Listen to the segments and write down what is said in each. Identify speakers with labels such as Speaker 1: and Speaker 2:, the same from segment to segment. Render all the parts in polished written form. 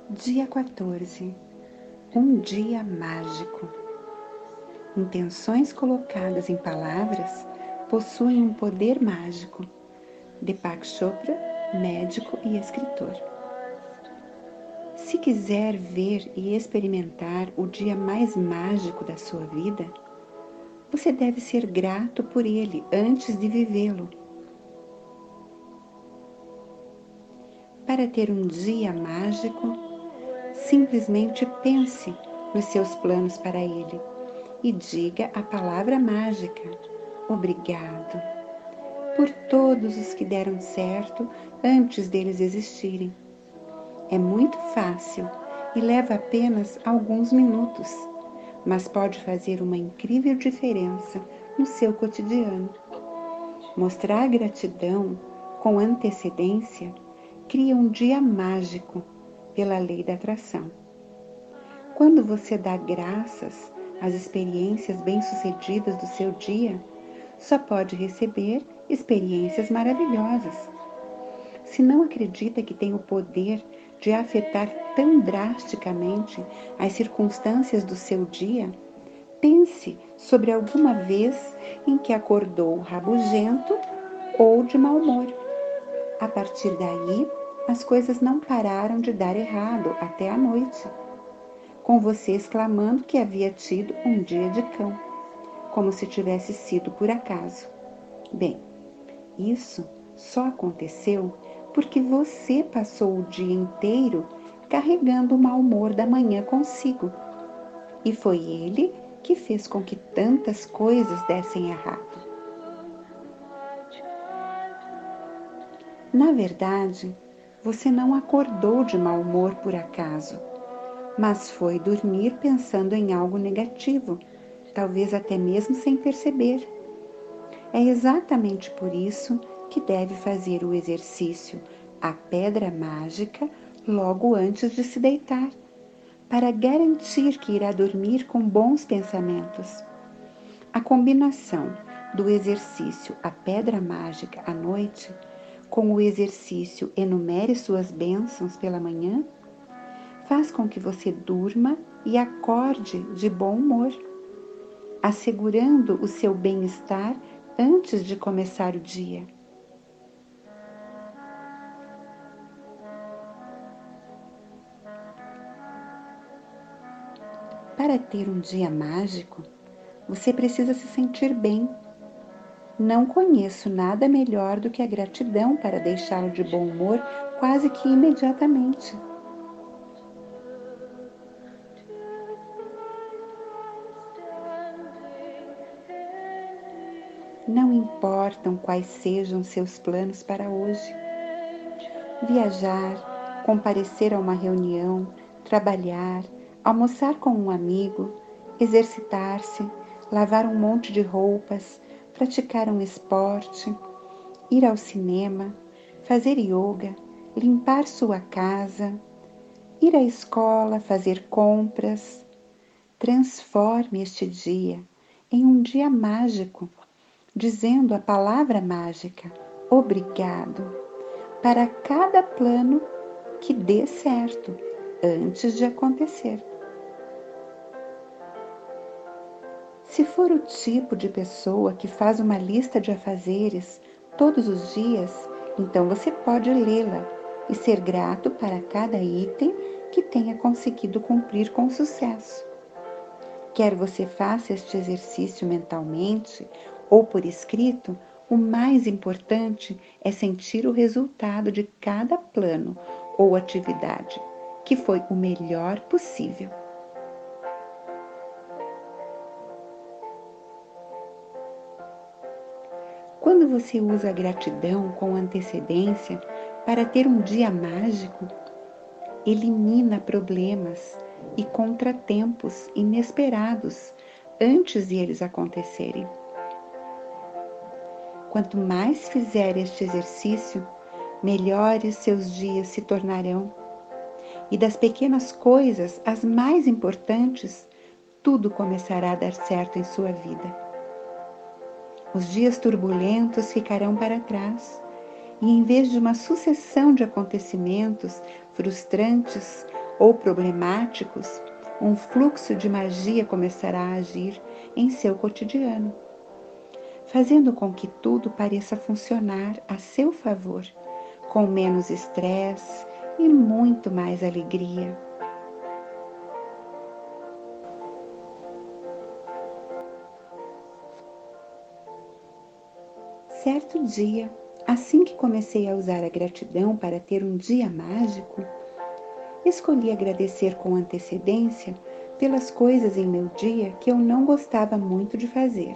Speaker 1: Dia 14. Um dia mágico. Intenções colocadas em palavras possuem um poder mágico. Deepak Chopra, médico e escritor. Se quiser ver e experimentar o dia mais mágico da sua vida, você deve ser grato por ele antes de vivê-lo. Para ter um dia mágico, simplesmente pense nos seus planos para ele e diga a palavra mágica: obrigado, por todos os que deram certo antes deles existirem. É muito fácil e leva apenas alguns minutos, mas pode fazer uma incrível diferença no seu cotidiano. Mostrar gratidão com antecedência cria um dia mágico pela lei da atração. Quando você dá graças às experiências bem-sucedidas do seu dia, só pode receber experiências maravilhosas. Se não acredita que tem o poder de afetar tão drasticamente as circunstâncias do seu dia, pense sobre alguma vez em que acordou rabugento ou de mau humor. A partir daí, as coisas não pararam de dar errado até a noite, com você exclamando que havia tido um dia de cão, como se tivesse sido por acaso. Bem, isso só aconteceu porque você passou o dia inteiro carregando o mau humor da manhã consigo. E foi ele que fez com que tantas coisas dessem errado. Na verdade, você não acordou de mau humor por acaso, mas foi dormir pensando em algo negativo, talvez até mesmo sem perceber. É exatamente por isso que deve fazer o exercício A Pedra Mágica logo antes de se deitar, para garantir que irá dormir com bons pensamentos. A combinação do exercício A Pedra Mágica à noite com o exercício Enumere Suas Bênçãos pela manhã faz com que você durma e acorde de bom humor, assegurando o seu bem-estar antes de começar o dia. Para ter um dia mágico, você precisa se sentir bem. Não conheço nada melhor do que a gratidão para deixá-lo de bom humor quase que imediatamente. Não importam quais sejam seus planos para hoje. Viajar, comparecer a uma reunião, trabalhar, almoçar com um amigo, exercitar-se, lavar um monte de roupas, praticar um esporte, ir ao cinema, fazer yoga, limpar sua casa, ir à escola, fazer compras. Transforme este dia em um dia mágico, dizendo a palavra mágica, obrigado, para cada plano que dê certo antes de acontecer. Se for o tipo de pessoa que faz uma lista de afazeres todos os dias, então você pode lê-la e ser grato para cada item que tenha conseguido cumprir com sucesso. Quer você faça este exercício mentalmente ou por escrito, o mais importante é sentir o resultado de cada plano ou atividade, que foi o melhor possível. Quando você usa a gratidão com antecedência para ter um dia mágico, elimina problemas e contratempos inesperados antes de eles acontecerem. Quanto mais fizer este exercício, melhores seus dias se tornarão. E das pequenas coisas, as mais importantes, tudo começará a dar certo em sua vida. Os dias turbulentos ficarão para trás, e em vez de uma sucessão de acontecimentos frustrantes, ou problemáticos, um fluxo de magia começará a agir em seu cotidiano, fazendo com que tudo pareça funcionar a seu favor, com menos estresse e muito mais alegria. Certo dia, assim que comecei a usar a gratidão para ter um dia mágico, escolhi agradecer com antecedência pelas coisas em meu dia que eu não gostava muito de fazer.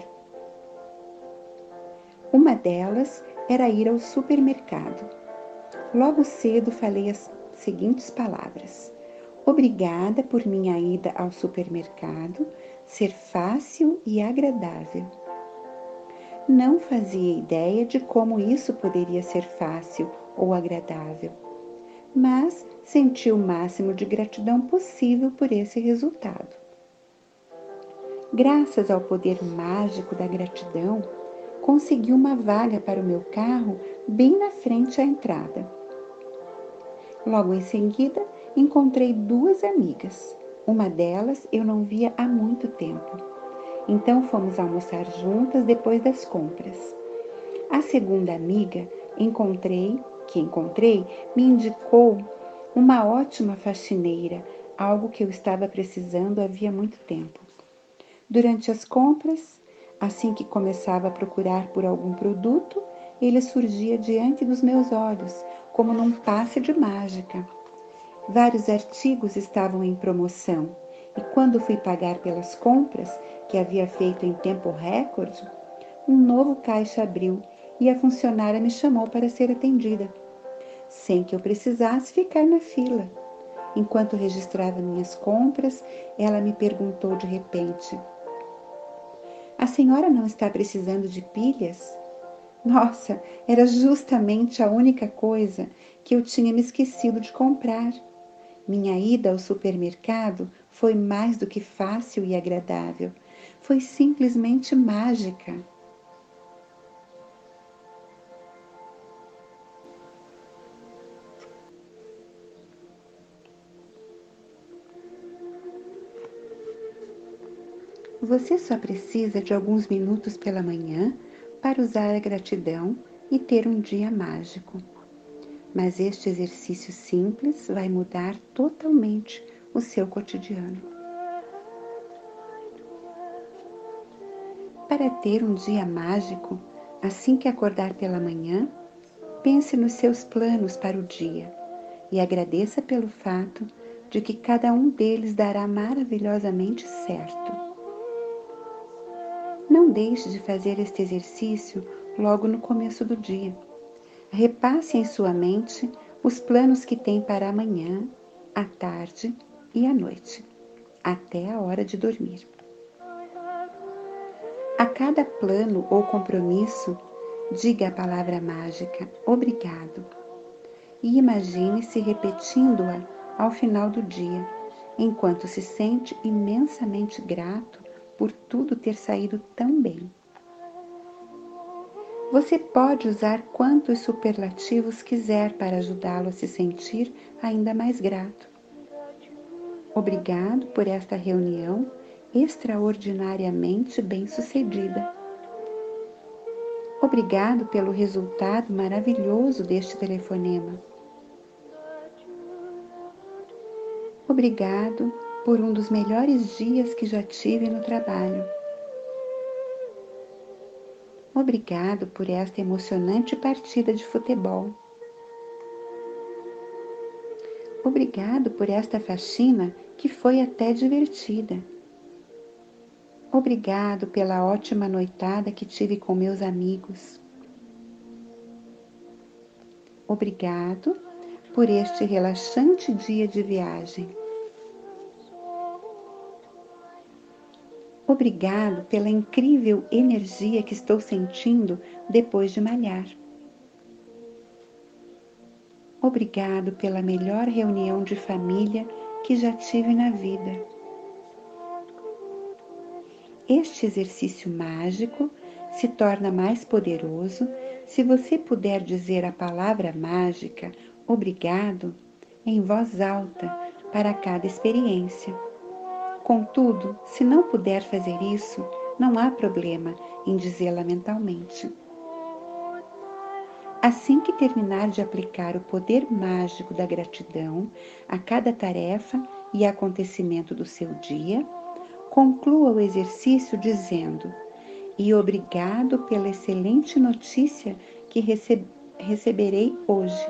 Speaker 1: Uma delas era ir ao supermercado. Logo cedo falei as seguintes palavras: obrigada por minha ida ao supermercado ser fácil e agradável. Não fazia ideia de como isso poderia ser fácil ou agradável, mas senti o máximo de gratidão possível por esse resultado. Graças ao poder mágico da gratidão, consegui uma vaga para o meu carro bem na frente à entrada. Logo em seguida, encontrei duas amigas. Uma delas eu não via há muito tempo. Então fomos almoçar juntas depois das compras. A segunda amiga que encontrei me indicou uma ótima faxineira, algo que eu estava precisando havia muito tempo. Durante as compras, assim que começava a procurar por algum produto, ele surgia diante dos meus olhos, como num passe de mágica. Vários artigos estavam em promoção, e quando fui pagar pelas compras, que havia feito em tempo recorde, um novo caixa abriu e a funcionária me chamou para ser atendida, sem que eu precisasse ficar na fila. Enquanto registrava minhas compras, ela me perguntou de repente: a senhora não está precisando de pilhas? Nossa, era justamente a única coisa que eu tinha me esquecido de comprar. Minha ida ao supermercado foi mais do que fácil e agradável. Foi simplesmente mágica. Você só precisa de alguns minutos pela manhã para usar a gratidão e ter um dia mágico. Mas este exercício simples vai mudar totalmente o seu cotidiano. Para ter um dia mágico, assim que acordar pela manhã, pense nos seus planos para o dia e agradeça pelo fato de que cada um deles dará maravilhosamente certo. Não deixe de fazer este exercício logo no começo do dia. Repasse em sua mente os planos que tem para amanhã, à tarde e à noite, até a hora de dormir. A cada plano ou compromisso, diga a palavra mágica obrigado e imagine-se repetindo-a ao final do dia, enquanto se sente imensamente grato por tudo ter saído tão bem. Você pode usar quantos superlativos quiser para ajudá-lo a se sentir ainda mais grato. Obrigado por esta reunião extraordinariamente bem-sucedida. Obrigado pelo resultado maravilhoso deste telefonema. Obrigado por um dos melhores dias que já tive no trabalho. Obrigado por esta emocionante partida de futebol. Obrigado por esta faxina que foi até divertida. Obrigado pela ótima noitada que tive com meus amigos. Obrigado por este relaxante dia de viagem. Obrigado pela incrível energia que estou sentindo depois de malhar. Obrigado pela melhor reunião de família que já tive na vida. Este exercício mágico se torna mais poderoso se você puder dizer a palavra mágica obrigado em voz alta para cada experiência. Contudo, se não puder fazer isso, não há problema em dizê-la mentalmente. Assim que terminar de aplicar o poder mágico da gratidão a cada tarefa e acontecimento do seu dia, conclua o exercício dizendo: "E obrigado pela excelente notícia que receberei hoje."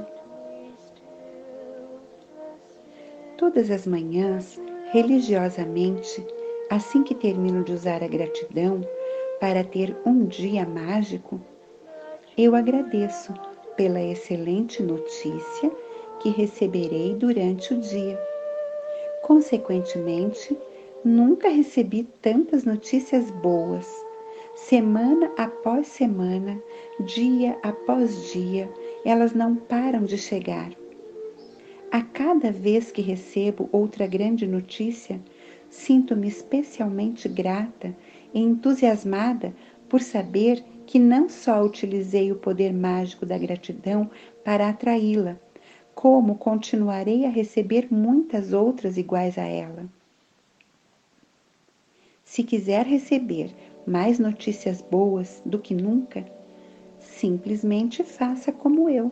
Speaker 1: Todas as manhãs, religiosamente, assim que termino de usar a gratidão para ter um dia mágico, eu agradeço pela excelente notícia que receberei durante o dia. Consequentemente, nunca recebi tantas notícias boas. Semana após semana, dia após dia, elas não param de chegar. A cada vez que recebo outra grande notícia, sinto-me especialmente grata e entusiasmada por saber que não só utilizei o poder mágico da gratidão para atraí-la, como continuarei a receber muitas outras iguais a ela. Se quiser receber mais notícias boas do que nunca, simplesmente faça como eu.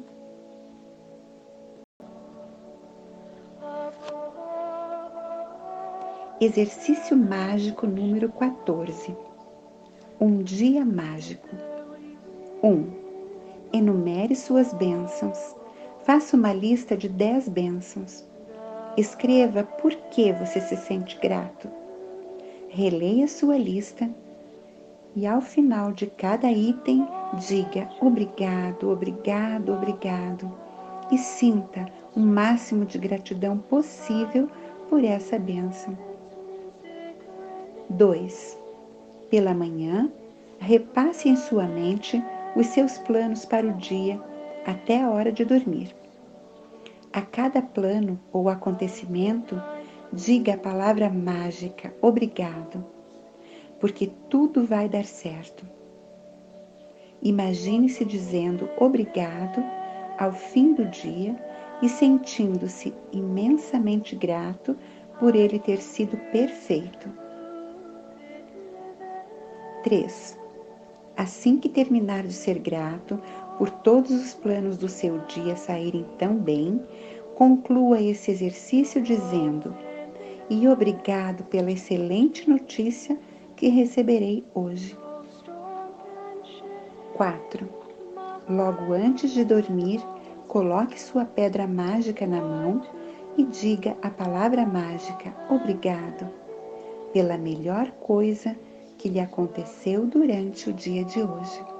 Speaker 1: Exercício mágico número 14. Um dia mágico. 1. Enumere suas bênçãos. Faça uma lista de 10 bênçãos. Escreva por que você se sente grato. Releia sua lista e ao final de cada item diga obrigado, obrigado, obrigado e sinta o máximo de gratidão possível por essa bênção. 2. Pela manhã, repasse em sua mente os seus planos para o dia até a hora de dormir. A cada plano ou acontecimento, diga a palavra mágica, obrigado, porque tudo vai dar certo. Imagine-se dizendo obrigado ao fim do dia e sentindo-se imensamente grato por ele ter sido perfeito. 3. Assim que terminar de ser grato por todos os planos do seu dia saírem tão bem, conclua esse exercício dizendo: "E obrigado pela excelente notícia que receberei hoje." 4. Logo antes de dormir, coloque sua pedra mágica na mão e diga a palavra mágica obrigado pela melhor coisa que lhe aconteceu durante o dia de hoje.